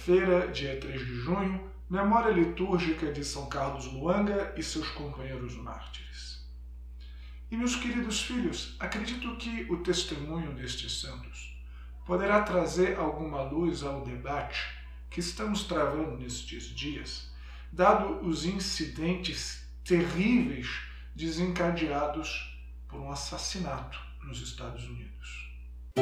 quinta-feira, dia 3 de junho, memória litúrgica de São Carlos Luanga e seus companheiros mártires. E, meus queridos filhos, acredito que o testemunho destes santos poderá trazer alguma luz ao debate que estamos travando nestes dias, dado os incidentes terríveis desencadeados por um assassinato nos Estados Unidos.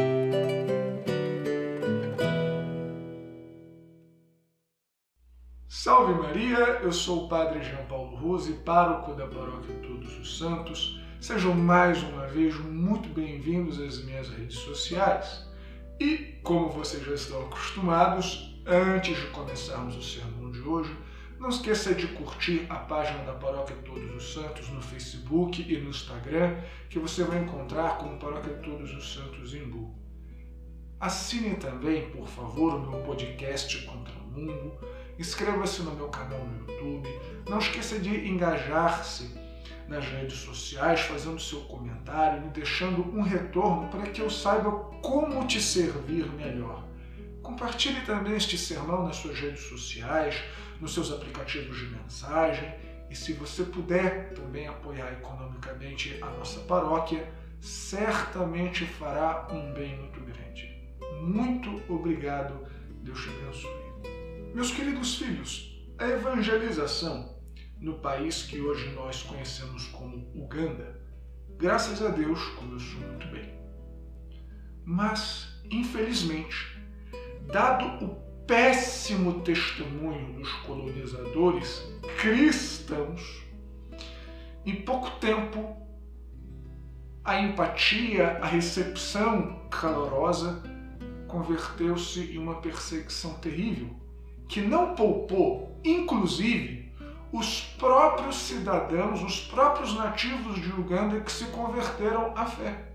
Salve Maria, eu sou o Padre Jean Paulo Rose, pároco da Paróquia Todos os Santos. Sejam mais uma vez muito bem-vindos às minhas redes sociais. E, como vocês já estão acostumados, antes de começarmos o sermão de hoje, não esqueça de curtir a página da Paróquia Todos os Santos no Facebook e no Instagram, que você vai encontrar como Paróquia Todos os Santos Imbu. Assine também, por favor, o meu podcast Contra o Mundo. Inscreva-se no meu canal no YouTube. Não esqueça de engajar-se nas redes sociais, fazendo seu comentário, me deixando um retorno para que eu saiba como te servir melhor. Compartilhe também este sermão nas suas redes sociais, nos seus aplicativos de mensagem. E se você puder também apoiar economicamente a nossa paróquia, certamente fará um bem muito grande. Muito obrigado. Deus te abençoe. Meus queridos filhos, a evangelização no país que hoje nós conhecemos como Uganda, graças a Deus, começou muito bem. Mas, infelizmente, dado o péssimo testemunho dos colonizadores cristãos, em pouco tempo, a empatia, a recepção calorosa converteu-se em uma perseguição terrível, que não poupou, inclusive, os próprios cidadãos, os próprios nativos de Uganda que se converteram à fé.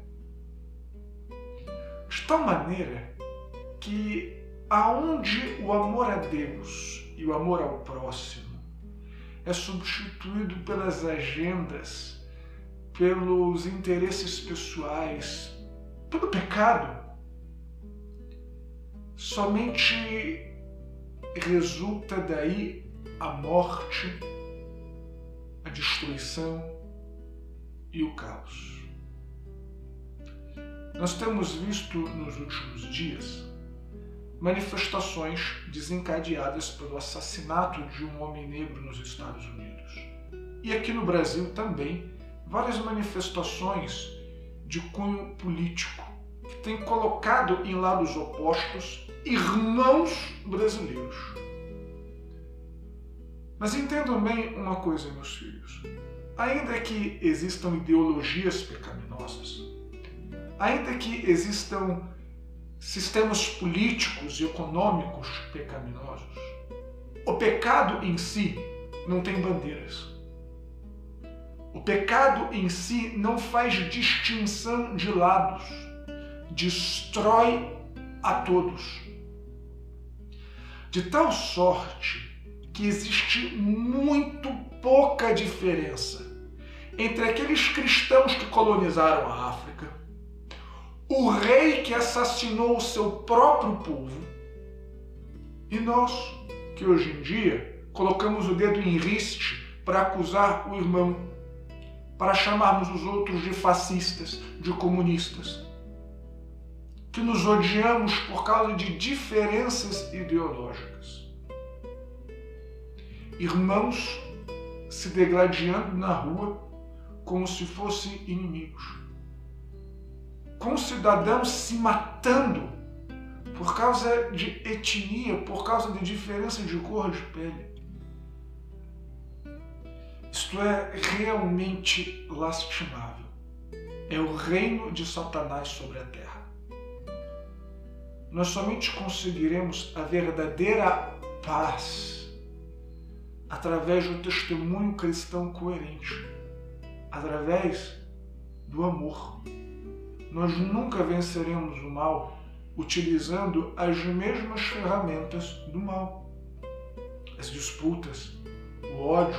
De tal maneira que aonde o amor a Deus e o amor ao próximo é substituído pelas agendas, pelos interesses pessoais, pelo pecado, somente resulta daí a morte, a destruição e o caos. Nós temos visto nos últimos dias manifestações desencadeadas pelo assassinato de um homem negro nos Estados Unidos. E aqui no Brasil também, várias manifestações de cunho político que têm colocado em lados opostos irmãos brasileiros. Mas entendam bem uma coisa, meus filhos. Ainda que existam ideologias pecaminosas, ainda que existam sistemas políticos e econômicos pecaminosos, o pecado em si não tem bandeiras. O pecado em si não faz distinção de lados, destrói a todos. De tal sorte que existe muito pouca diferença entre aqueles cristãos que colonizaram a África, o rei que assassinou o seu próprio povo, e nós, que hoje em dia colocamos o dedo em riste para acusar o irmão, para chamarmos os outros de fascistas, de comunistas, que nos odiamos por causa de diferenças ideológicas. Irmãos se degladiando na rua como se fossem inimigos. Com cidadãos se matando por causa de etnia, por causa de diferença de cor de pele. Isto é realmente lastimável. É o reino de Satanás sobre a terra. Nós somente conseguiremos a verdadeira paz através do testemunho cristão coerente, através do amor. Nós nunca venceremos o mal utilizando as mesmas ferramentas do mal. As disputas, o ódio,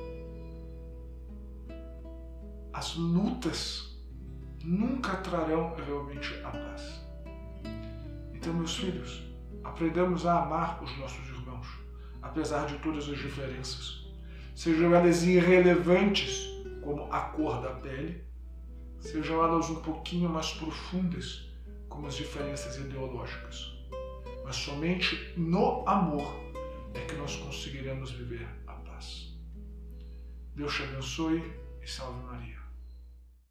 as lutas nunca trarão realmente a paz. Então, meus filhos, aprendamos a amar os nossos irmãos, apesar de todas as diferenças, sejam elas irrelevantes, como a cor da pele, sejam elas um pouquinho mais profundas, como as diferenças ideológicas. Mas somente no amor é que nós conseguiremos viver a paz. Deus te abençoe e salve Maria.